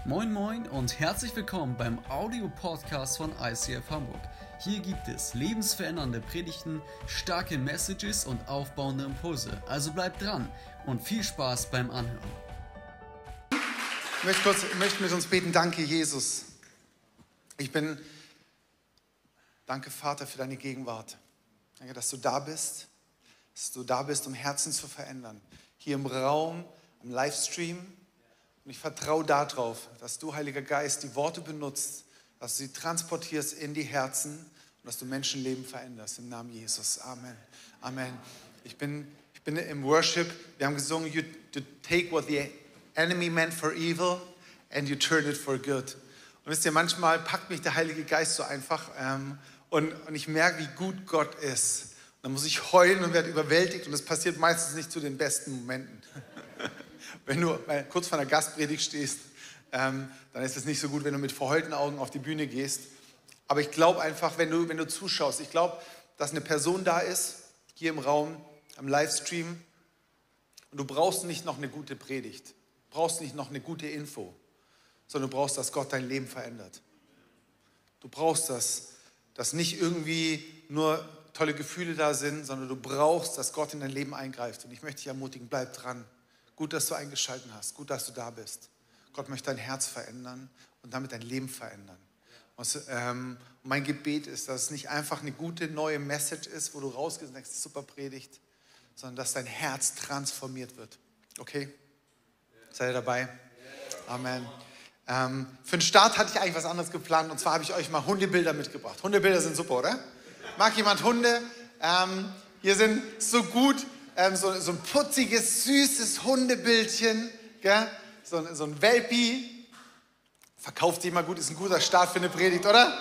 Moin Moin und herzlich willkommen beim Audio-Podcast von ICF Hamburg. Hier gibt es lebensverändernde Predigten, starke Messages und aufbauende Impulse. Also bleibt dran und viel Spaß beim Anhören. Ich möchte mit uns beten. Danke, Jesus. Danke, Vater, für deine Gegenwart. Danke, dass du da bist, um Herzen zu verändern. Hier im Raum, am Livestream. Und ich vertraue darauf, dass du, Heiliger Geist, die Worte benutzt, dass du sie transportierst in die Herzen und dass du Menschenleben veränderst. Im Namen Jesus. Amen. Amen. Ich bin im Worship. Wir haben gesungen, you take what the enemy meant for evil and you turn it for good. Und wisst ihr, manchmal packt mich der Heilige Geist so einfach und ich merke, wie gut Gott ist. Und dann muss ich heulen und werde überwältigt und das passiert meistens nicht zu den besten Momenten. Wenn du kurz vor einer Gastpredigt stehst, dann ist es nicht so gut, wenn du mit verheulten Augen auf die Bühne gehst. Aber ich glaube einfach, wenn du zuschaust, ich glaube, dass eine Person da ist, hier im Raum, am Livestream, und du brauchst nicht noch eine gute Predigt, brauchst nicht noch eine gute Info, sondern du brauchst, dass Gott dein Leben verändert. Du brauchst dass nicht irgendwie nur tolle Gefühle da sind, sondern du brauchst, dass Gott in dein Leben eingreift. Und ich möchte dich ermutigen, bleib dran. Gut, dass du eingeschaltet hast. Gut, dass du da bist. Gott möchte dein Herz verändern und damit dein Leben verändern. Und mein Gebet ist, dass es nicht einfach eine gute neue Message ist, wo du rausgehst und denkst, super Predigt, sondern dass dein Herz transformiert wird. Okay? Seid ihr dabei? Amen. Für den Start hatte ich eigentlich was anderes geplant. Und zwar habe ich euch mal Hundebilder mitgebracht. Hundebilder sind super, oder? Mag jemand Hunde? Hier sind so gut... So ein putziges, süßes Hundebildchen, gell? So ein Welpi. Verkauft sich mal gut, ist ein guter Start für eine Predigt, oder?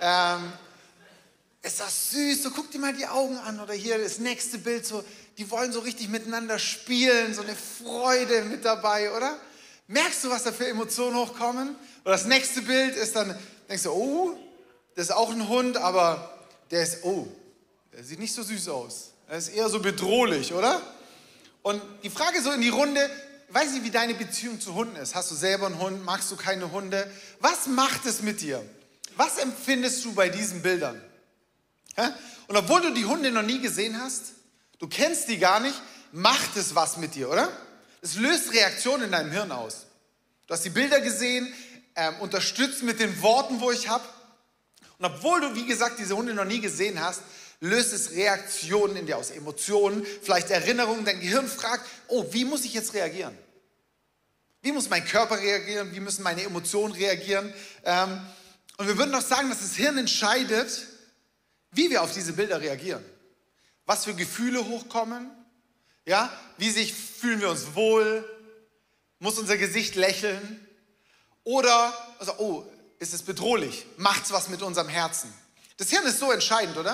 Ist das süß, so guck dir mal die Augen an. Oder hier das nächste Bild, so, die wollen so richtig miteinander spielen, so eine Freude mit dabei, oder? Merkst du, was da für Emotionen hochkommen? Oder das nächste Bild ist dann, denkst du, oh, das ist auch ein Hund, aber der sieht nicht so süß aus. Das ist eher so bedrohlich, oder? Und die Frage so in die Runde, ich weiß nicht, wie deine Beziehung zu Hunden ist. Hast du selber einen Hund? Magst du keine Hunde? Was macht es mit dir? Was empfindest du bei diesen Bildern? Und obwohl du die Hunde noch nie gesehen hast, du kennst die gar nicht, macht es was mit dir, oder? Es löst Reaktionen in deinem Hirn aus. Du hast die Bilder gesehen, unterstützt mit den Worten, wo ich habe. Und obwohl du, wie gesagt, diese Hunde noch nie gesehen hast, löst es Reaktionen in dir aus, Emotionen, vielleicht Erinnerungen. Dein Gehirn fragt, wie muss ich jetzt reagieren? Wie muss mein Körper reagieren? Wie müssen meine Emotionen reagieren? Und wir würden noch sagen, dass das Hirn entscheidet, wie wir auf diese Bilder reagieren. Was für Gefühle hochkommen? Ja? Fühlen wir uns wohl? Muss unser Gesicht lächeln? Oder, ist es bedrohlich? Macht es was mit unserem Herzen? Das Hirn ist so entscheidend, oder?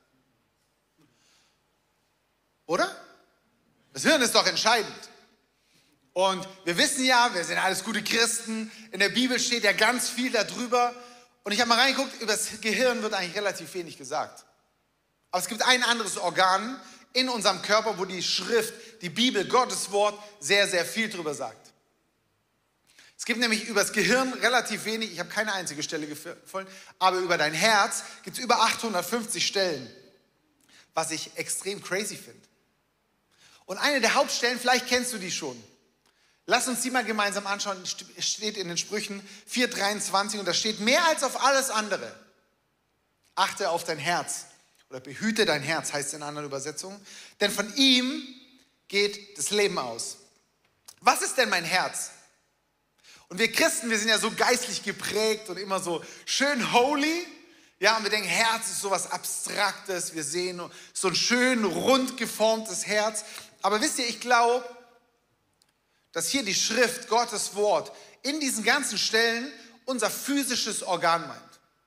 Oder? Das Hirn ist doch entscheidend. Und wir wissen ja, wir sind alles gute Christen. In der Bibel steht ja ganz viel darüber. Und ich habe mal reingeguckt, über das Gehirn wird eigentlich relativ wenig gesagt. Aber es gibt ein anderes Organ in unserem Körper, wo die Schrift, die Bibel, Gottes Wort, sehr, sehr viel drüber sagt. Es gibt nämlich über das Gehirn relativ wenig, ich habe keine einzige Stelle gefunden, aber über dein Herz gibt es über 850 Stellen, was ich extrem crazy finde. Und eine der Hauptstellen, vielleicht kennst du die schon. Lass uns die mal gemeinsam anschauen. Es steht in den Sprüchen 4,23 und da steht, mehr als auf alles andere, achte auf dein Herz oder behüte dein Herz, heißt es in anderen Übersetzungen, denn von ihm geht das Leben aus. Was ist denn mein Herz? Und wir Christen, wir sind ja so geistlich geprägt und immer so schön holy. Ja, und wir denken, Herz ist sowas Abstraktes. Wir sehen so ein schön rund geformtes Herz. Aber wisst ihr, ich glaube, dass hier die Schrift, Gottes Wort, in diesen ganzen Stellen unser physisches Organ meint.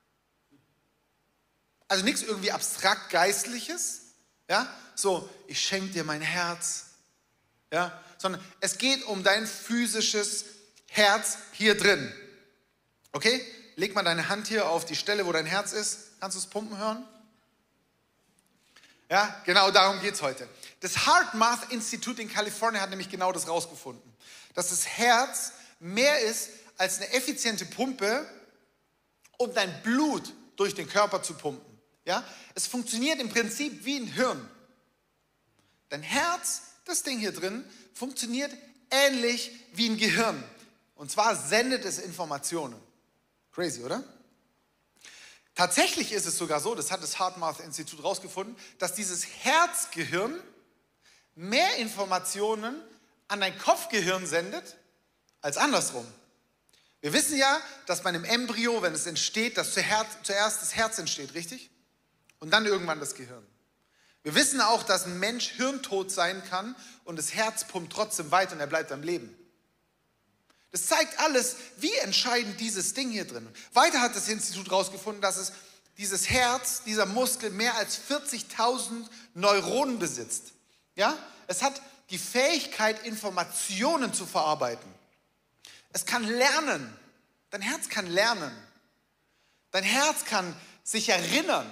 Also nichts irgendwie abstrakt Geistliches, ja, so, ich schenke dir mein Herz, ja, sondern es geht um dein physisches Herz hier drin. Okay? Leg mal deine Hand hier auf die Stelle, wo dein Herz ist. Kannst du es pumpen hören? Ja, genau darum geht es heute. Das HeartMath Institute in Kalifornien hat nämlich genau das rausgefunden. Dass das Herz mehr ist als eine effiziente Pumpe, um dein Blut durch den Körper zu pumpen. Ja? Es funktioniert im Prinzip wie ein Hirn. Dein Herz, das Ding hier drin, funktioniert ähnlich wie ein Gehirn. Und zwar sendet es Informationen. Crazy, oder? Tatsächlich ist es sogar so, das hat das HeartMath-Institut rausgefunden, dass dieses Herzgehirn mehr Informationen an dein Kopfgehirn sendet, als andersrum. Wir wissen ja, dass bei einem Embryo, wenn es entsteht, dass zuerst das Herz entsteht, richtig? Und dann irgendwann das Gehirn. Wir wissen auch, dass ein Mensch hirntot sein kann und das Herz pumpt trotzdem weiter und er bleibt am Leben. Das zeigt alles, wie entscheidend dieses Ding hier drin ist. Weiter hat das Institut herausgefunden, dass es dieses Herz, dieser Muskel mehr als 40.000 Neuronen besitzt. Ja? Es hat die Fähigkeit, Informationen zu verarbeiten. Es kann lernen. Dein Herz kann lernen. Dein Herz kann sich erinnern.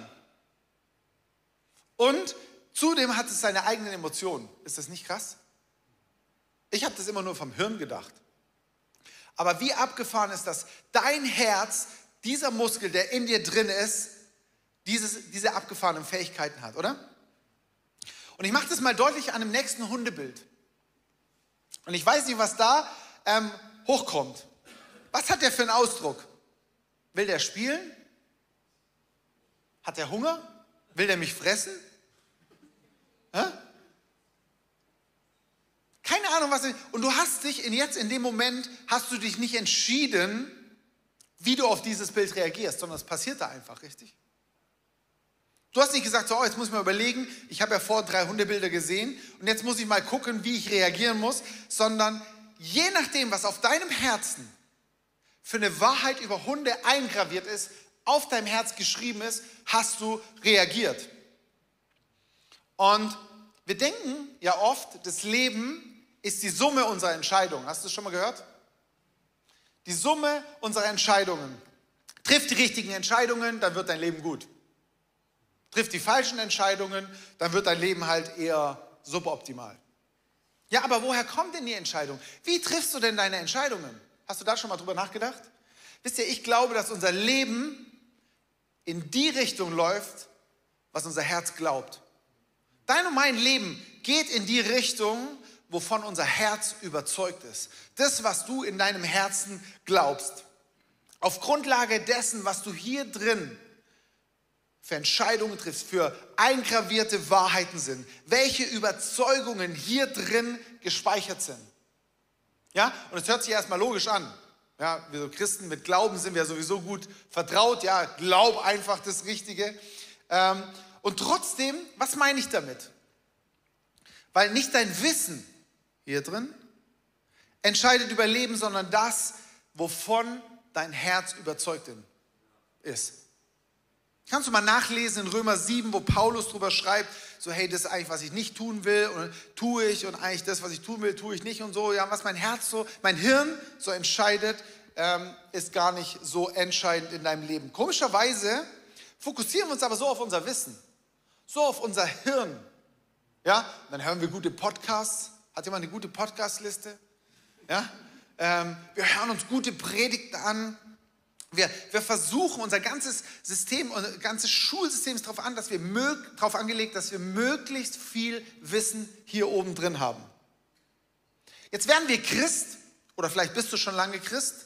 Und zudem hat es seine eigenen Emotionen. Ist das nicht krass? Ich habe das immer nur vom Hirn gedacht. Aber wie abgefahren ist das? Dein Herz, dieser Muskel, der in dir drin ist, diese abgefahrenen Fähigkeiten hat, oder? Und ich mache das mal deutlich an dem nächsten Hundebild. Und ich weiß nicht, was da hochkommt. Was hat der für einen Ausdruck? Will der spielen? Hat der Hunger? Will der mich fressen? Hä? Keine Ahnung, was. Und du hast dich jetzt in dem Moment, hast du dich nicht entschieden, wie du auf dieses Bild reagierst, sondern es passiert da einfach, richtig? Du hast nicht gesagt, so, jetzt muss ich mal überlegen, ich habe ja vor 3 Hundebilder gesehen und jetzt muss ich mal gucken, wie ich reagieren muss, sondern je nachdem, was auf deinem Herzen für eine Wahrheit über Hunde eingraviert ist, auf deinem Herz geschrieben ist, hast du reagiert. Und wir denken ja oft, das Leben ist die Summe unserer Entscheidungen. Hast du das schon mal gehört? Die Summe unserer Entscheidungen. Triff die richtigen Entscheidungen, dann wird dein Leben gut. Triff die falschen Entscheidungen, dann wird dein Leben halt eher suboptimal. Ja, aber woher kommt denn die Entscheidung? Wie triffst du denn deine Entscheidungen? Hast du da schon mal drüber nachgedacht? Wisst ihr, ich glaube, dass unser Leben in die Richtung läuft, was unser Herz glaubt. Dein und mein Leben geht in die Richtung, wovon unser Herz überzeugt ist. Das, was du in deinem Herzen glaubst. Auf Grundlage dessen, was du hier drin für Entscheidungen triffst, für eingravierte Wahrheiten sind, welche Überzeugungen hier drin gespeichert sind. Ja, und es hört sich erstmal logisch an. Ja, wir Christen mit Glauben sind wir sowieso gut vertraut. Ja, glaub einfach das Richtige. Und trotzdem, was meine ich damit? Weil nicht dein Wissen hier drin entscheidet über Leben, sondern das, wovon dein Herz überzeugt ist. Kannst du mal nachlesen in Römer 7, wo Paulus drüber schreibt, so hey, das ist eigentlich, was ich nicht tun will und tue ich und eigentlich das, was ich tun will, tue ich nicht und so. Ja, was mein Herz so, mein Hirn so entscheidet, ist gar nicht so entscheidend in deinem Leben. Komischerweise fokussieren wir uns aber so auf unser Wissen, so auf unser Hirn. Ja, und dann hören wir gute Podcasts. Hat jemand eine gute Podcast-Liste? Ja, wir hören uns gute Predigten an. Wir versuchen, unser ganzes System, unser ganzes Schulsystem ist darauf angelegt, dass wir möglichst viel Wissen hier oben drin haben. Jetzt werden wir Christ, oder vielleicht bist du schon lange Christ,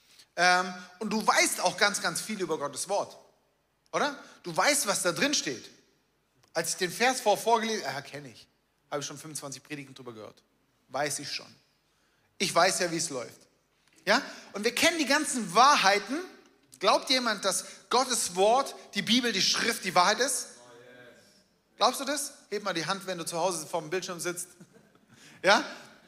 und du weißt auch ganz, ganz viel über Gottes Wort, oder? Du weißt, was da drin steht. Als ich den Vers vorgelesen habe, kenne ich, habe ich schon 25 Predigten drüber gehört. Weiß ich schon. Ich weiß ja, wie es läuft. Ja? Und wir kennen die ganzen Wahrheiten. Glaubt jemand, dass Gottes Wort, die Bibel, die Schrift, die Wahrheit ist? Glaubst du das? Heb mal die Hand, wenn du zu Hause vor dem Bildschirm sitzt. Ja?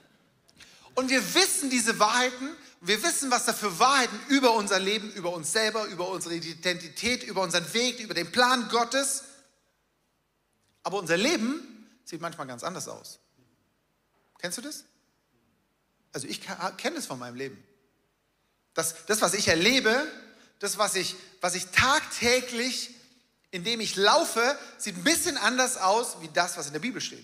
Und wir wissen diese Wahrheiten, wir wissen, was da für Wahrheiten über unser Leben, über uns selber, über unsere Identität, über unseren Weg, über den Plan Gottes. Aber unser Leben sieht manchmal ganz anders aus. Kennst du das? Also ich kenne das von meinem Leben. Das, was ich erlebe, das, was ich tagtäglich, indem ich laufe, sieht ein bisschen anders aus, wie das, was in der Bibel steht.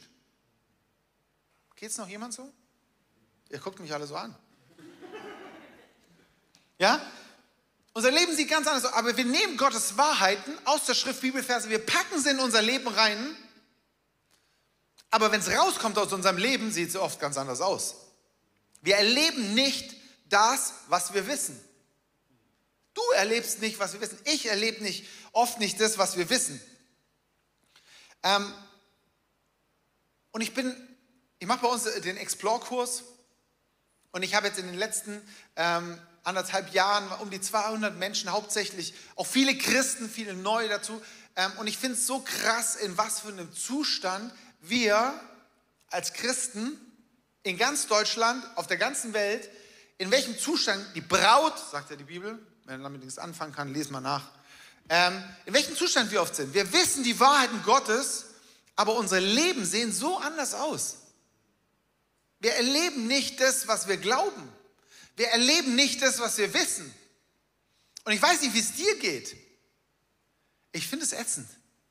Geht es noch jemand so? Ihr guckt mich alle so an. Ja? Unser Leben sieht ganz anders aus, aber wir nehmen Gottes Wahrheiten aus der Schrift, Bibelverse, wir packen sie in unser Leben rein, aber wenn es rauskommt aus unserem Leben, sieht es oft ganz anders aus. Wir erleben nicht das, was wir wissen. Du erlebst nicht, was wir wissen. Ich erlebe oft nicht das, was wir wissen. Und ich mache bei uns den Explore-Kurs und ich habe jetzt in den letzten 1,5 Jahren um die 200 Menschen, hauptsächlich auch viele Christen, viele Neue dazu. Und ich finde es so krass, in was für einem Zustand wir als Christen in ganz Deutschland, auf der ganzen Welt, in welchem Zustand die Braut, sagt ja die Bibel, wenn man damit nichts anfangen kann, lesen mal nach, in welchem Zustand wir oft sind. Wir wissen die Wahrheiten Gottes, aber unsere Leben sehen so anders aus. Wir erleben nicht das, was wir glauben. Wir erleben nicht das, was wir wissen. Und ich weiß nicht, wie es dir geht. Ich finde es ätzend.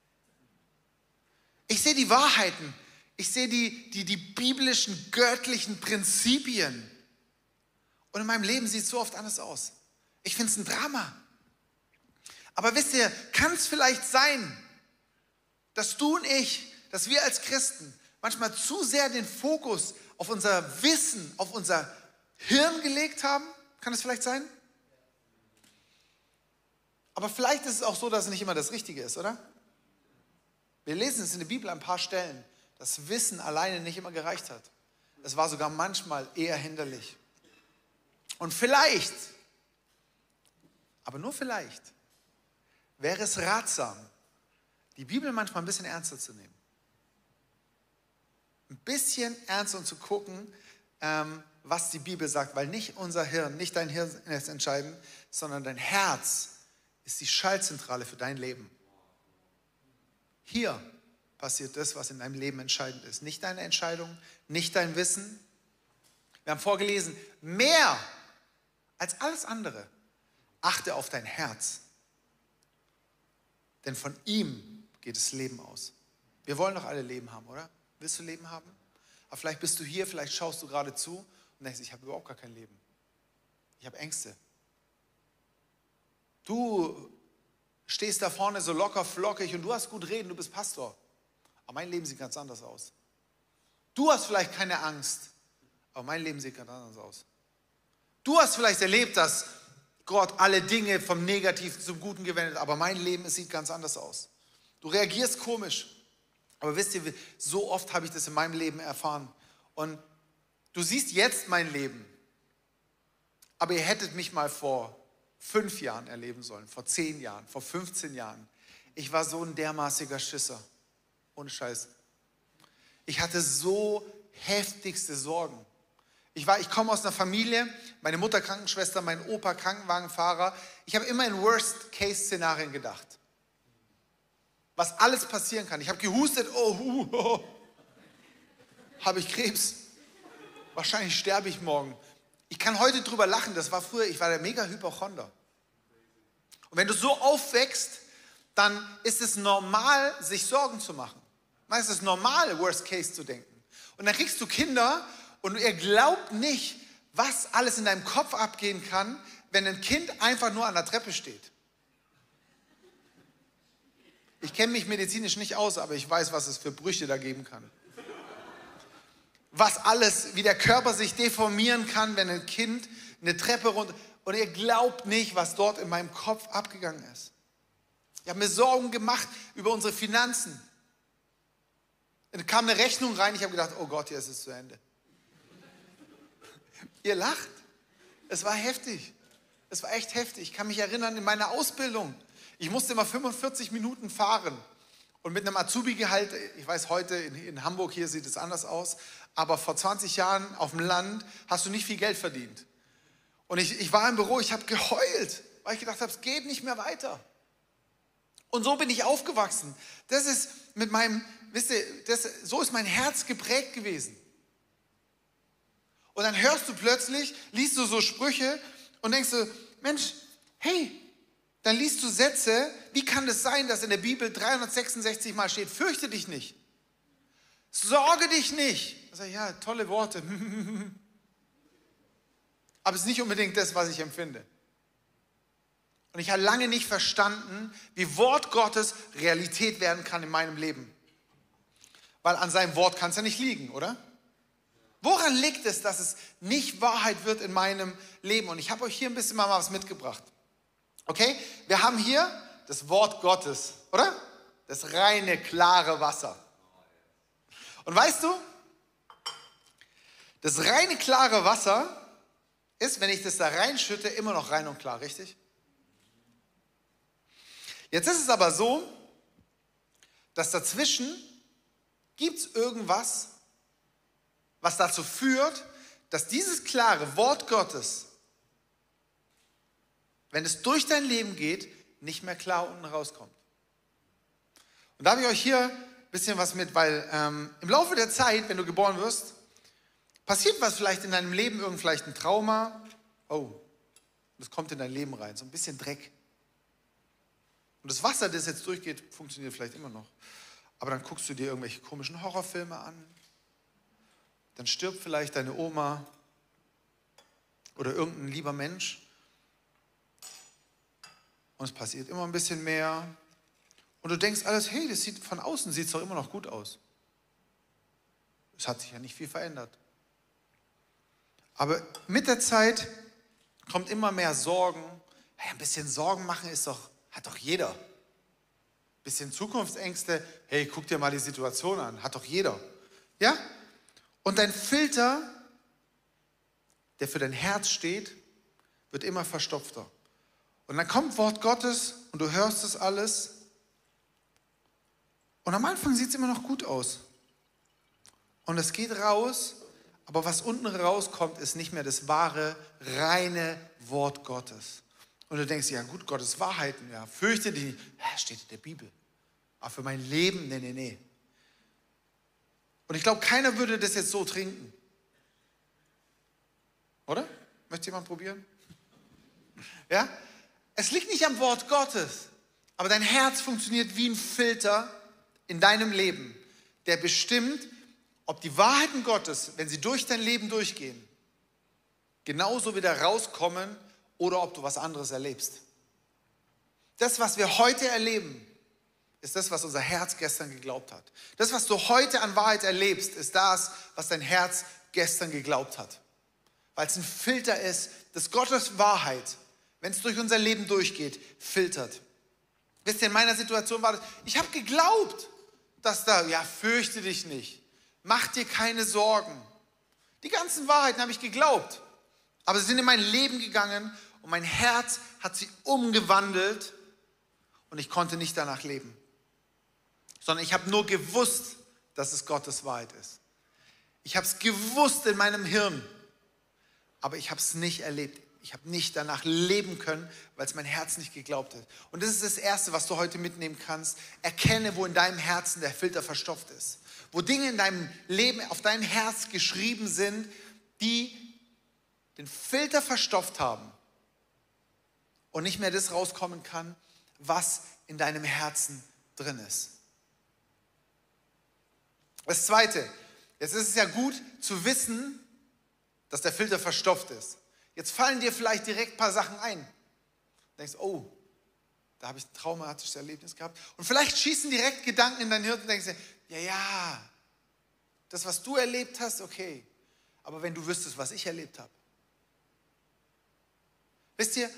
Ich sehe die Wahrheiten. Ich sehe die biblischen, göttlichen Prinzipien. Und in meinem Leben sieht es so oft anders aus. Ich finde es ein Drama. Aber wisst ihr, kann es vielleicht sein, dass du und ich, dass wir als Christen manchmal zu sehr den Fokus auf unser Wissen, auf unser Hirn gelegt haben? Kann es vielleicht sein? Aber vielleicht ist es auch so, dass es nicht immer das Richtige ist, oder? Wir lesen es in der Bibel an ein paar Stellen, dass Wissen alleine nicht immer gereicht hat. Es war sogar manchmal eher hinderlich. Und vielleicht, aber nur vielleicht, wäre es ratsam, die Bibel manchmal ein bisschen ernster zu nehmen. Ein bisschen ernster und zu gucken, was die Bibel sagt, weil nicht unser Hirn, nicht dein Hirn ist entscheidend, sondern dein Herz ist die Schaltzentrale für dein Leben. Hier passiert das, was in deinem Leben entscheidend ist. Nicht deine Entscheidung, nicht dein Wissen. Wir haben vorgelesen, mehr als alles andere, achte auf dein Herz. Denn von ihm geht das Leben aus. Wir wollen doch alle Leben haben, oder? Willst du Leben haben? Aber vielleicht bist du hier, vielleicht schaust du gerade zu und denkst, ich habe überhaupt gar kein Leben. Ich habe Ängste. Du stehst da vorne so locker flockig und du hast gut reden, du bist Pastor. Aber mein Leben sieht ganz anders aus. Du hast vielleicht keine Angst, aber mein Leben sieht ganz anders aus. Du hast vielleicht erlebt, dass Gott alle Dinge vom Negativen zum Guten gewendet, aber mein Leben sieht ganz anders aus. Du reagierst komisch. Aber wisst ihr, so oft habe ich das in meinem Leben erfahren. Und du siehst jetzt mein Leben. Aber ihr hättet mich mal vor 5 Jahren erleben sollen, vor 10 Jahren, vor 15 Jahren. Ich war so ein dermaßiger Schisser. Ohne Scheiß. Ich hatte so heftigste Sorgen. Ich komme aus einer Familie, meine Mutter Krankenschwester, mein Opa Krankenwagenfahrer. Ich habe immer in Worst-Case-Szenarien gedacht. Was alles passieren kann. Ich habe gehustet, habe ich Krebs? Wahrscheinlich sterbe ich morgen. Ich kann heute drüber lachen, das war früher, ich war der Mega-Hypochonder. Und wenn du so aufwächst, dann ist es normal, sich Sorgen zu machen. Es ist normal, Worst Case zu denken. Und dann kriegst du Kinder und ihr glaubt nicht, was alles in deinem Kopf abgehen kann, wenn ein Kind einfach nur an der Treppe steht. Ich kenne mich medizinisch nicht aus, aber ich weiß, was es für Brüche da geben kann. Was alles, wie der Körper sich deformieren kann, wenn ein Kind eine Treppe runter... Und ihr glaubt nicht, was dort in meinem Kopf abgegangen ist. Ich habe mir Sorgen gemacht über unsere Finanzen. Dann kam eine Rechnung rein, ich habe gedacht, oh Gott, jetzt ist es zu Ende. Ihr lacht. Es war heftig. Es war echt heftig. Ich kann mich erinnern, in meiner Ausbildung, ich musste immer 45 Minuten fahren. Und mit einem Azubi-Gehalt, ich weiß, heute in Hamburg hier sieht es anders aus, aber vor 20 Jahren auf dem Land hast du nicht viel Geld verdient. Und ich war im Büro, ich habe geheult, weil ich gedacht habe, es geht nicht mehr weiter. Und so bin ich aufgewachsen. Das ist mit meinem, wisst ihr, so ist mein Herz geprägt gewesen. Und dann hörst du plötzlich, liest du so Sprüche und denkst du, Mensch, hey, dann liest du Sätze, wie kann es sein, dass in der Bibel 366 Mal steht, fürchte dich nicht, sorge dich nicht. Da sag ich, ja, tolle Worte. Aber es ist nicht unbedingt das, was ich empfinde. Und ich habe lange nicht verstanden, wie Wort Gottes Realität werden kann in meinem Leben. Weil an seinem Wort kann es ja nicht liegen, oder? Woran liegt es, dass es nicht Wahrheit wird in meinem Leben? Und ich habe euch hier ein bisschen mal was mitgebracht. Okay? Wir haben hier das Wort Gottes, oder? Das reine, klare Wasser. Und weißt du, das reine, klare Wasser ist, wenn ich das da reinschütte, immer noch rein und klar, richtig? Jetzt ist es aber so, dass dazwischen gibt es irgendwas, was dazu führt, dass dieses klare Wort Gottes, wenn es durch dein Leben geht, nicht mehr klar unten rauskommt. Und da habe ich euch hier ein bisschen was mit, weil im Laufe der Zeit, wenn du geboren wirst, passiert was vielleicht in deinem Leben, vielleicht ein Trauma. Oh, das kommt in dein Leben rein, so ein bisschen Dreck. Und das Wasser, das jetzt durchgeht, funktioniert vielleicht immer noch. Aber dann guckst du dir irgendwelche komischen Horrorfilme an. Dann stirbt vielleicht deine Oma oder irgendein lieber Mensch. Und es passiert immer ein bisschen mehr. Und du denkst alles, hey, das sieht von außen sieht es doch immer noch gut aus. Es hat sich ja nicht viel verändert. Aber mit der Zeit kommt immer mehr Sorgen. Hey, ein bisschen Sorgen machen hat doch jeder. Ein bisschen Zukunftsängste. Hey, guck dir mal die Situation an. Hat doch jeder. Ja? Und dein Filter, der für dein Herz steht, wird immer verstopfter. Und dann kommt Wort Gottes und du hörst das alles. Und am Anfang sieht es immer noch gut aus. Und es geht raus, aber was unten rauskommt, ist nicht mehr das wahre, reine Wort Gottes. Und du denkst, ja gut, Gottes Wahrheiten, ja, fürchte dich nicht. Ja, steht in der Bibel. Aber für mein Leben, nee. Und ich glaube, keiner würde das jetzt so trinken. Oder? Möchte jemand probieren? Ja? Es liegt nicht am Wort Gottes, aber dein Herz funktioniert wie ein Filter in deinem Leben, der bestimmt, ob die Wahrheiten Gottes, wenn sie durch dein Leben durchgehen, genauso wieder rauskommen oder ob du was anderes erlebst. Das, was wir heute erleben, ist das, was unser Herz gestern geglaubt hat. Das, was du heute an Wahrheit erlebst, ist das, was dein Herz gestern geglaubt hat. Weil es ein Filter ist, dass Gottes Wahrheit, wenn es durch unser Leben durchgeht, filtert. Wisst ihr, in meiner Situation war das, ich habe geglaubt, dass fürchte dich nicht, mach dir keine Sorgen. Die ganzen Wahrheiten habe ich geglaubt, aber sie sind in mein Leben gegangen und mein Herz hat sie umgewandelt und ich konnte nicht danach leben. Sondern ich habe nur gewusst, dass es Gottes Wahrheit ist. Ich habe es gewusst in meinem Hirn, aber ich habe es nicht erlebt. Ich habe nicht danach leben können, weil es mein Herz nicht geglaubt hat. Und das ist das Erste, was du heute mitnehmen kannst. Erkenne, wo in deinem Herzen der Filter verstopft ist. Wo Dinge in deinem Leben auf dein Herz geschrieben sind, die den Filter verstopft haben und nicht mehr das rauskommen kann, was in deinem Herzen drin ist. Das Zweite, jetzt ist es ja gut zu wissen, dass der Filter verstopft ist. Jetzt fallen dir vielleicht direkt ein paar Sachen ein. Du denkst, oh, da habe ich ein traumatisches Erlebnis gehabt. Und vielleicht schießen direkt Gedanken in dein Hirn und denkst dir, ja, das, was du erlebt hast, okay. Aber wenn du wüsstest, was ich erlebt habe. Wisst ihr,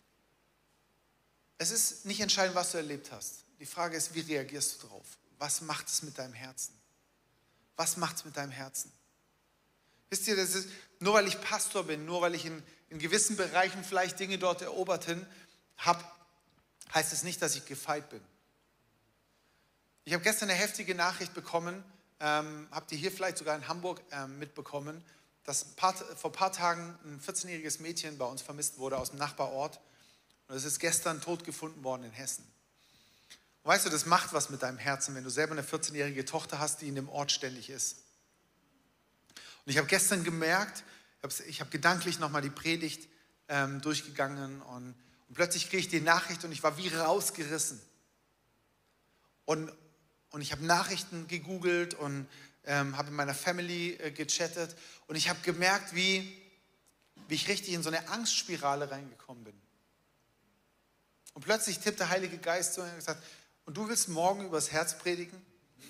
es ist nicht entscheidend, was du erlebt hast. Die Frage ist, wie reagierst du darauf? Was macht es mit deinem Herzen? Was macht es mit deinem Herzen? Wisst ihr, das ist, nur weil ich Pastor bin, nur weil ich in gewissen Bereichen vielleicht Dinge dort erobert habe, heißt es nicht, dass ich gefeit bin. Ich habe gestern eine heftige Nachricht bekommen, habt ihr hier vielleicht sogar in Hamburg mitbekommen, dass vor ein paar Tagen ein 14-jähriges Mädchen bei uns vermisst wurde aus dem Nachbarort. Und es ist gestern tot gefunden worden in Hessen. Und weißt du, das macht was mit deinem Herzen, wenn du selber eine 14-jährige Tochter hast, die in dem Ort ständig ist. Und ich habe gestern gemerkt, ich habe gedanklich nochmal die Predigt durchgegangen und plötzlich kriege ich die Nachricht und ich war wie rausgerissen. Und ich habe Nachrichten gegoogelt und habe in meiner Family gechattet und ich habe gemerkt, wie ich richtig in so eine Angstspirale reingekommen bin. Und plötzlich tippt der Heilige Geist zu mir und hat gesagt, und du willst morgen über das Herz predigen?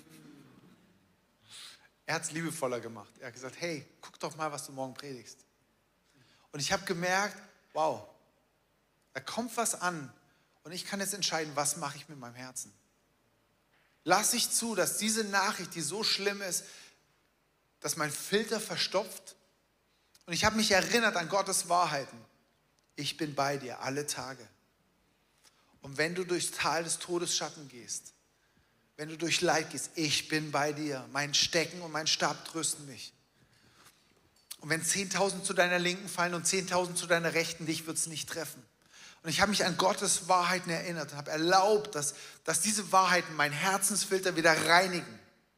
Er hat es liebevoller gemacht. Er hat gesagt, hey, guck doch mal, was du morgen predigst. Und ich habe gemerkt, wow, da kommt was an und ich kann jetzt entscheiden, was mache ich mit meinem Herzen. Lass ich zu, dass diese Nachricht, die so schlimm ist, dass mein Filter verstopft. Und ich habe mich erinnert an Gottes Wahrheiten. Ich bin bei dir alle Tage. Und wenn du durchs Tal des Todesschatten gehst, wenn du durch Leid gehst, ich bin bei dir. Mein Stecken und mein Stab trösten mich. Und wenn 10.000 zu deiner Linken fallen und 10.000 zu deiner Rechten, dich wird es nicht treffen. Und ich habe mich an Gottes Wahrheiten erinnert und habe erlaubt, dass diese Wahrheiten meinen Herzensfilter wieder reinigen.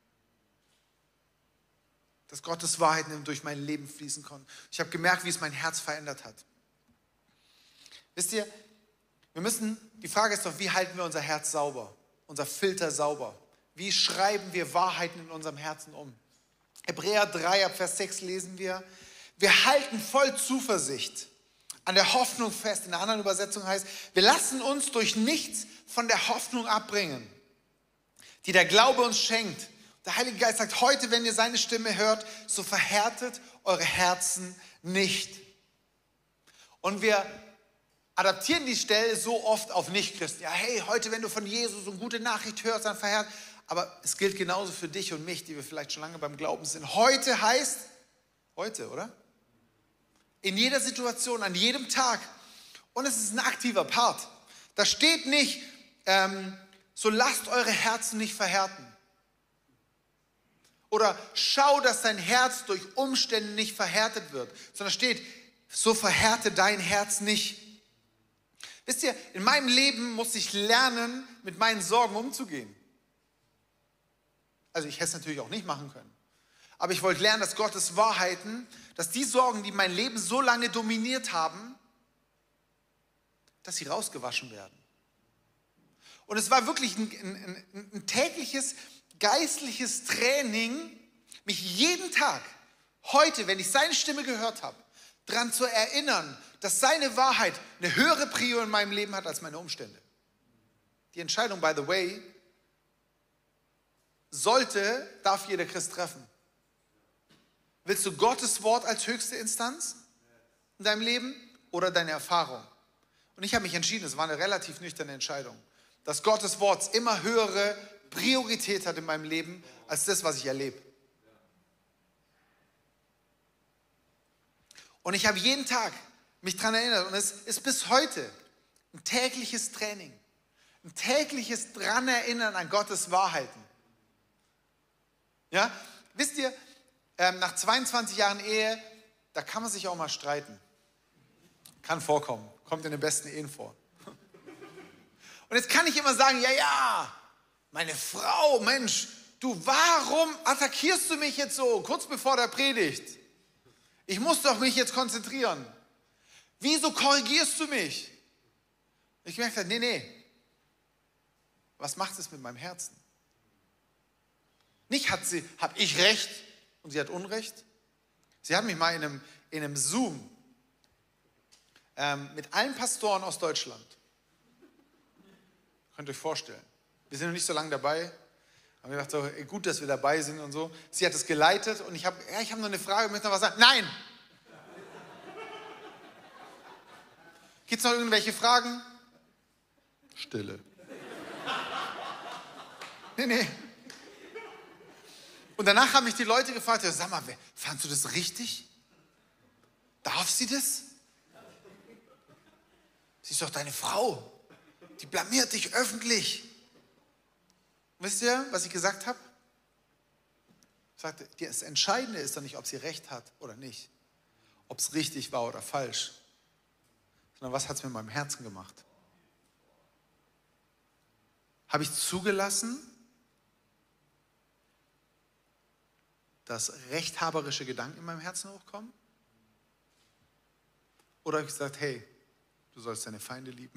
Dass Gottes Wahrheiten durch mein Leben fließen konnten. Ich habe gemerkt, wie es mein Herz verändert hat. Wisst ihr, die Frage ist doch, wie halten wir unser Herz sauber, unser Filter sauber? Wie schreiben wir Wahrheiten in unserem Herzen um? Hebräer 3, ab Vers 6 lesen wir halten voll Zuversicht an der Hoffnung fest. In der anderen Übersetzung heißt, wir lassen uns durch nichts von der Hoffnung abbringen, die der Glaube uns schenkt. Der Heilige Geist sagt, heute, wenn ihr seine Stimme hört, so verhärtet eure Herzen nicht. Und wir adaptieren die Stelle so oft auf Nichtchristen. Ja, hey, heute, wenn du von Jesus eine gute Nachricht hörst, dann verhärtet. Aber es gilt genauso für dich und mich, die wir vielleicht schon lange beim Glauben sind. Heute heißt, heute, oder? In jeder Situation, an jedem Tag. Und es ist ein aktiver Part. Da steht nicht, so lasst eure Herzen nicht verhärten. Oder schau, dass dein Herz durch Umstände nicht verhärtet wird. Sondern steht, so verhärte dein Herz nicht. Wisst ihr, in meinem Leben muss ich lernen, mit meinen Sorgen umzugehen. Also ich hätte es natürlich auch nicht machen können. Aber ich wollte lernen, dass Gottes Wahrheiten, dass die Sorgen, die mein Leben so lange dominiert haben, dass sie rausgewaschen werden. Und es war wirklich ein tägliches, geistliches Training, mich jeden Tag, heute, wenn ich seine Stimme gehört habe, daran zu erinnern, dass seine Wahrheit eine höhere Prio in meinem Leben hat als meine Umstände. Die Entscheidung, by the way, darf jeder Christ treffen. Willst du Gottes Wort als höchste Instanz in deinem Leben oder deine Erfahrung? Und ich habe mich entschieden, es war eine relativ nüchterne Entscheidung, dass Gottes Wort immer höhere Priorität hat in meinem Leben als das, was ich erlebe. Und ich habe jeden Tag mich daran erinnert und es ist bis heute ein tägliches Training, ein tägliches dran erinnern an Gottes Wahrheiten. Ja, wisst ihr, nach 22 Jahren Ehe, da kann man sich auch mal streiten. Kann vorkommen, kommt in den besten Ehen vor. Und jetzt kann ich immer sagen, ja, meine Frau, Mensch, du, warum attackierst du mich jetzt so, kurz bevor der Predigt? Ich muss doch mich jetzt konzentrieren. Wieso korrigierst du mich? Ich merke, nee. Was macht es mit meinem Herzen? Nicht habe ich Recht und sie hat Unrecht. Sie hat mich mal in einem Zoom mit allen Pastoren aus Deutschland. Könnt ihr euch vorstellen. Wir sind noch nicht so lange dabei. Haben gedacht, so, gut, dass wir dabei sind und so. Sie hat es geleitet und ich habe noch eine Frage, möchte noch was sagen? Nein! Gibt es noch irgendwelche Fragen? Stille. Nee. Und danach haben mich die Leute gefragt, ja, sag mal, fandst du das richtig? Darf sie das? Sie ist doch deine Frau. Die blamiert dich öffentlich. Wisst ihr, was ich gesagt habe? Ich sagte, das Entscheidende ist doch nicht, ob sie recht hat oder nicht. Ob es richtig war oder falsch. Sondern was hat es mit meinem Herzen gemacht? Habe ich zugelassen, dass rechthaberische Gedanken in meinem Herzen hochkommen? Oder habe ich gesagt, hey, du sollst deine Feinde lieben?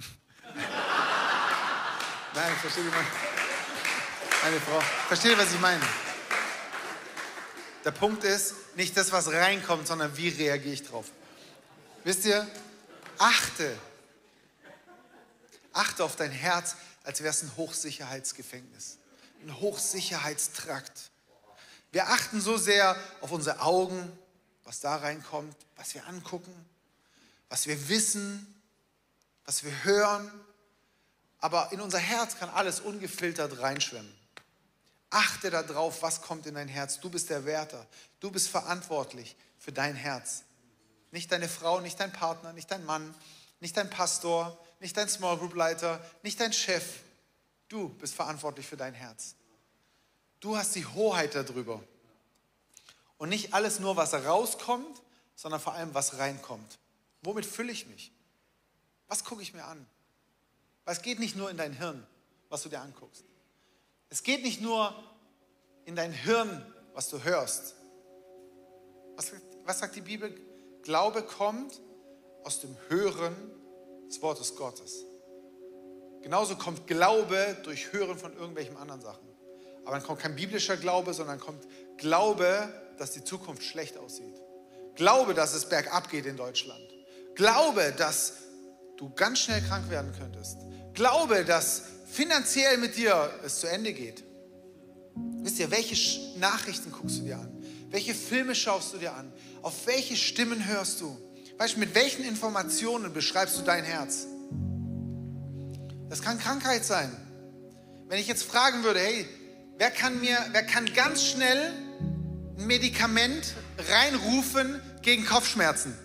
Nein, versteht ihr meine Frau? Versteht ihr, was ich meine? Der Punkt ist, nicht das, was reinkommt, sondern wie reagiere ich drauf. Wisst ihr, Achte auf dein Herz, als wäre es ein Hochsicherheitsgefängnis, ein Hochsicherheitstrakt. Wir achten so sehr auf unsere Augen, was da reinkommt, was wir angucken, was wir wissen, was wir hören. Aber in unser Herz kann alles ungefiltert reinschwemmen. Achte darauf, was kommt in dein Herz. Du bist der Wärter. Du bist verantwortlich für dein Herz. Nicht deine Frau, nicht dein Partner, nicht dein Mann, nicht dein Pastor, nicht dein Small Group Leiter, nicht dein Chef. Du bist verantwortlich für dein Herz. Du hast die Hoheit darüber. Und nicht alles nur, was rauskommt, sondern vor allem, was reinkommt. Womit fülle ich mich? Was gucke ich mir an? Weil es geht nicht nur in dein Hirn, was du dir anguckst. Es geht nicht nur in dein Hirn, was du hörst. Was sagt die Bibel? Glaube kommt aus dem Hören des Wortes Gottes. Genauso kommt Glaube durch Hören von irgendwelchen anderen Sachen. Aber dann kommt kein biblischer Glaube, sondern kommt Glaube, dass die Zukunft schlecht aussieht. Glaube, dass es bergab geht in Deutschland. Glaube, dass du ganz schnell krank werden könntest. Glaube, dass finanziell mit dir es zu Ende geht. Wisst ihr, welche Nachrichten guckst du dir an? Welche Filme schaust du dir an? Auf welche Stimmen hörst du? Weißt du, mit welchen Informationen beschreibst du dein Herz? Das kann Krankheit sein. Wenn ich jetzt fragen würde, hey, wer kann ganz schnell ein Medikament reinrufen gegen Kopfschmerzen?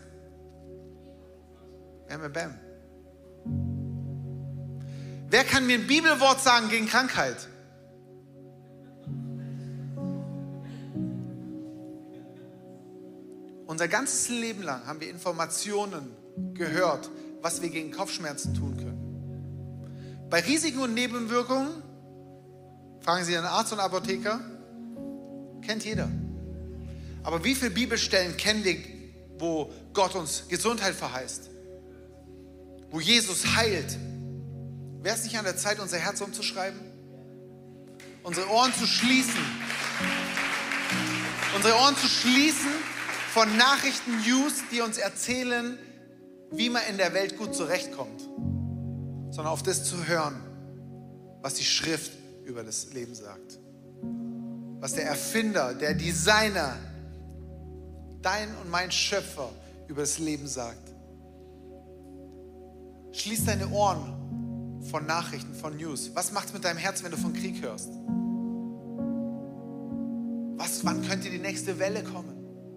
Bam. Wer kann mir ein Bibelwort sagen gegen Krankheit? Unser ganzes Leben lang haben wir Informationen gehört, was wir gegen Kopfschmerzen tun können. Bei Risiken und Nebenwirkungen, fragen Sie einen Arzt und Apotheker, kennt jeder. Aber wie viele Bibelstellen kennen wir, wo Gott uns Gesundheit verheißt? Wo Jesus heilt? Wäre es nicht an der Zeit, unser Herz umzuschreiben? Unsere Ohren zu schließen. Unsere Ohren zu schließen von Nachrichten, News, die uns erzählen, wie man in der Welt gut zurechtkommt. Sondern auf das zu hören, was die Schrift über das Leben sagt. Was der Erfinder, der Designer, dein und mein Schöpfer über das Leben sagt. Schließ deine Ohren von Nachrichten, von News. Was macht es mit deinem Herz, wenn du von Krieg hörst? Wann könnte die nächste Welle kommen?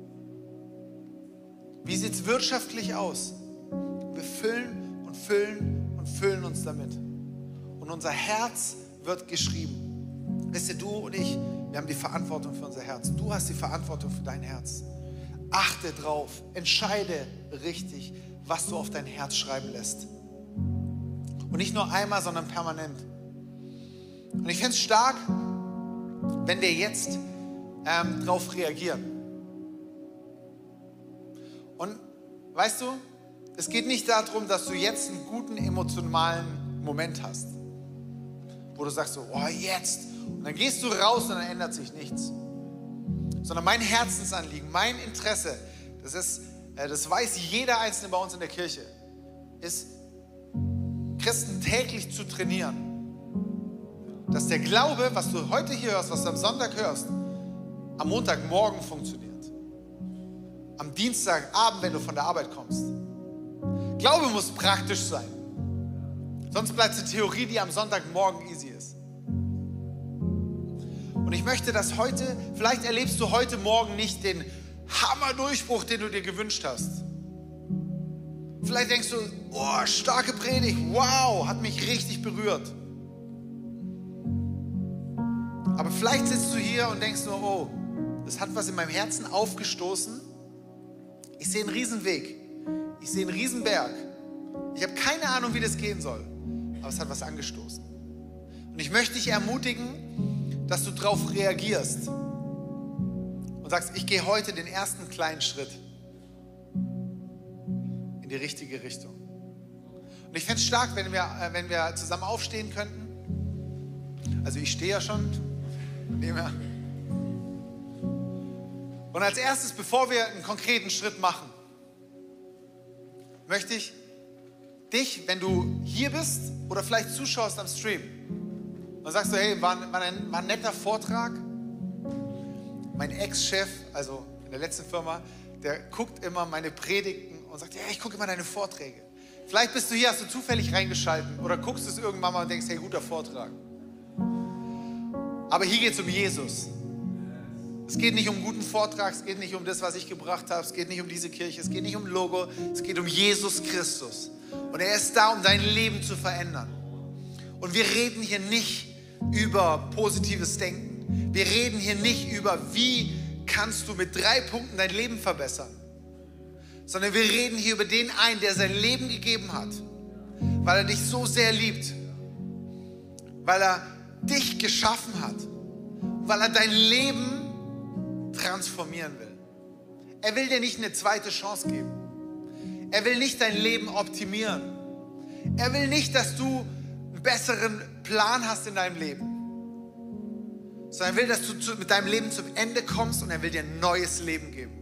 Wie sieht es wirtschaftlich aus? Wir füllen und füllen und füllen uns damit. Und unser Herz wird geschrieben. Wisst ihr, du und ich, wir haben die Verantwortung für unser Herz. Du hast die Verantwortung für dein Herz. Achte drauf, entscheide richtig, was du auf dein Herz schreiben lässt. Und nicht nur einmal, sondern permanent. Und ich fände es stark, wenn wir jetzt drauf reagieren. Und weißt du, es geht nicht darum, dass du jetzt einen guten emotionalen Moment hast, wo du sagst so, oh jetzt, und dann gehst du raus und dann ändert sich nichts. Sondern mein Herzensanliegen, mein Interesse, das weiß jeder Einzelne bei uns in der Kirche, ist, Christen täglich zu trainieren. Dass der Glaube, was du heute hier hörst, was du am Sonntag hörst, am Montagmorgen funktioniert. Am Dienstagabend, wenn du von der Arbeit kommst. Glaube muss praktisch sein. Sonst bleibt es eine Theorie, die am Sonntagmorgen easy ist. Und ich möchte, dass heute, vielleicht erlebst du heute Morgen nicht den Hammerdurchbruch, den du dir gewünscht hast. Vielleicht denkst du, oh, starke Predigt, wow, hat mich richtig berührt. Aber vielleicht sitzt du hier und denkst nur, oh, das hat was in meinem Herzen aufgestoßen. Ich sehe einen Riesenweg, ich sehe einen Riesenberg. Ich habe keine Ahnung, wie das gehen soll, aber es hat was angestoßen. Und ich möchte dich ermutigen, dass du darauf reagierst und sagst, ich gehe heute den ersten kleinen Schritt in die richtige Richtung. Und ich fände es stark, wenn wir zusammen aufstehen könnten. Also ich stehe ja schon. Und als erstes, bevor wir einen konkreten Schritt machen, möchte ich, dich, wenn du hier bist oder vielleicht zuschaust am Stream, dann sagst du, hey, war ein netter Vortrag. Mein Ex-Chef, also in der letzten Firma, der guckt immer meine Predigten und sagt, ja, ich gucke immer deine Vorträge. Vielleicht bist du hier, hast du zufällig reingeschalten oder guckst es irgendwann mal und denkst, hey, guter Vortrag. Aber hier geht es um Jesus. Es geht nicht um einen guten Vortrag, es geht nicht um das, was ich gebracht habe, es geht nicht um diese Kirche, es geht nicht um Logo, es geht um Jesus Christus. Und er ist da, um dein Leben zu verändern. Und wir reden hier nicht über positives Denken. Wir reden hier nicht über, wie kannst du mit 3 Punkten dein Leben verbessern. Sondern wir reden hier über den einen, der sein Leben gegeben hat, weil er dich so sehr liebt, weil er dich geschaffen hat, weil er dein Leben transformieren will. Er will dir nicht eine zweite Chance geben. Er will nicht dein Leben optimieren. Er will nicht, dass du einen besseren Plan hast in deinem Leben, sondern er will, dass du mit deinem Leben zum Ende kommst und er will dir ein neues Leben geben.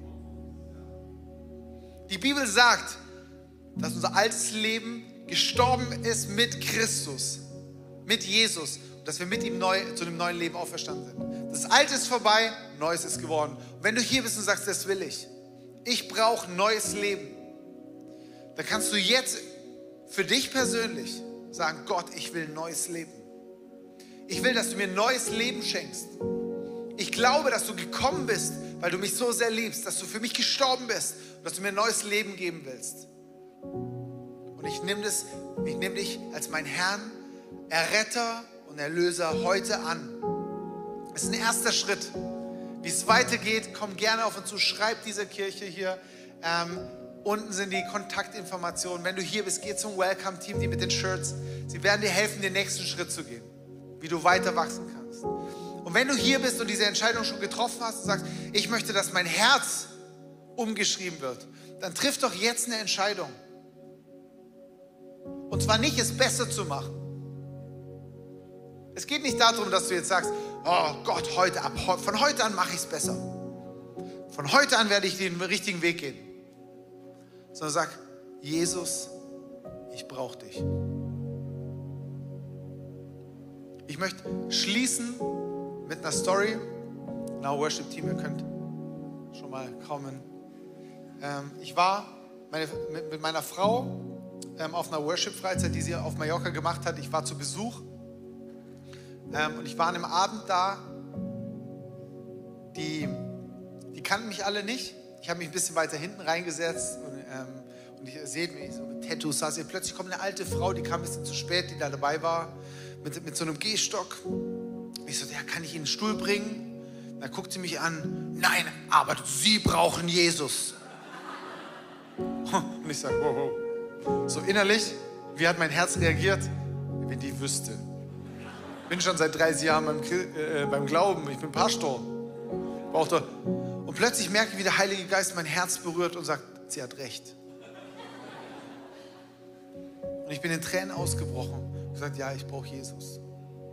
Die Bibel sagt, dass unser altes Leben gestorben ist mit Christus, mit Jesus, und dass wir mit ihm zu einem neuen Leben auferstanden sind. Das Alte ist vorbei, Neues ist geworden. Und wenn du hier bist und sagst, das will ich brauche ein neues Leben, dann kannst du jetzt für dich persönlich sagen, Gott, ich will ein neues Leben. Ich will, dass du mir ein neues Leben schenkst. Ich glaube, dass du gekommen bist, weil du mich so sehr liebst, dass du für mich gestorben bist und dass du mir ein neues Leben geben willst. Und ich nehme dich als mein Herrn, Erretter und Erlöser heute an. Das ist ein erster Schritt. Wie es weitergeht, komm gerne auf uns zu, schreib dieser Kirche hier. Unten sind die Kontaktinformationen. Wenn du hier bist, geh zum Welcome-Team, die mit den Shirts. Sie werden dir helfen, den nächsten Schritt zu gehen, wie du weiter wachsen kannst. Und wenn du hier bist und diese Entscheidung schon getroffen hast und sagst, ich möchte, dass mein Herz umgeschrieben wird, dann triff doch jetzt eine Entscheidung. Und zwar nicht, es besser zu machen. Es geht nicht darum, dass du jetzt sagst, oh Gott, von heute an mache ich es besser. Von heute an werde ich den richtigen Weg gehen. Sondern sag, Jesus, ich brauche dich. Ich möchte schließen mit einer Story. Now Worship Team, ihr könnt schon mal kommen. Ich war mit meiner Frau auf einer Worship-Freizeit, die sie auf Mallorca gemacht hat. Ich war zu Besuch und ich war an einem Abend da. Die kannten mich alle nicht. Ich habe mich ein bisschen weiter hinten reingesetzt und ich sehe mich so mit Tattoos saß hier. Plötzlich kommt eine alte Frau, die kam ein bisschen zu spät, die da dabei war, mit so einem Gehstock. Ich so, ja, kann ich Ihnen einen Stuhl bringen? Dann guckt sie mich an, nein, aber Sie brauchen Jesus. Und ich sage, wow. So innerlich, wie hat mein Herz reagiert? Wenn die wüsste. Ich bin schon seit 30 Jahren beim Glauben, ich bin Pastor. Und plötzlich merke ich, wie der Heilige Geist mein Herz berührt und sagt, sie hat recht. Und ich bin in Tränen ausgebrochen und gesagt, ja, ich brauche Jesus.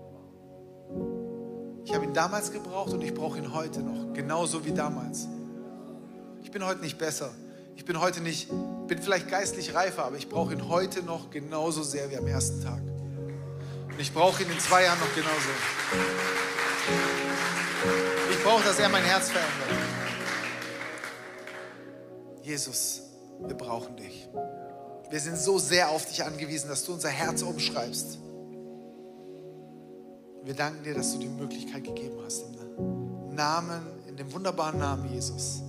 Ich habe ihn damals gebraucht und ich brauche ihn heute noch, genauso wie damals. Ich bin heute nicht besser. Bin vielleicht geistlich reifer, aber ich brauche ihn heute noch genauso sehr wie am ersten Tag. Und ich brauche ihn in 2 Jahren noch genauso. Ich brauche, dass er mein Herz verändert. Jesus, wir brauchen dich. Wir sind so sehr auf dich angewiesen, dass du unser Herz umschreibst. Wir danken dir, dass du die Möglichkeit gegeben hast, in dem wunderbaren Namen Jesus.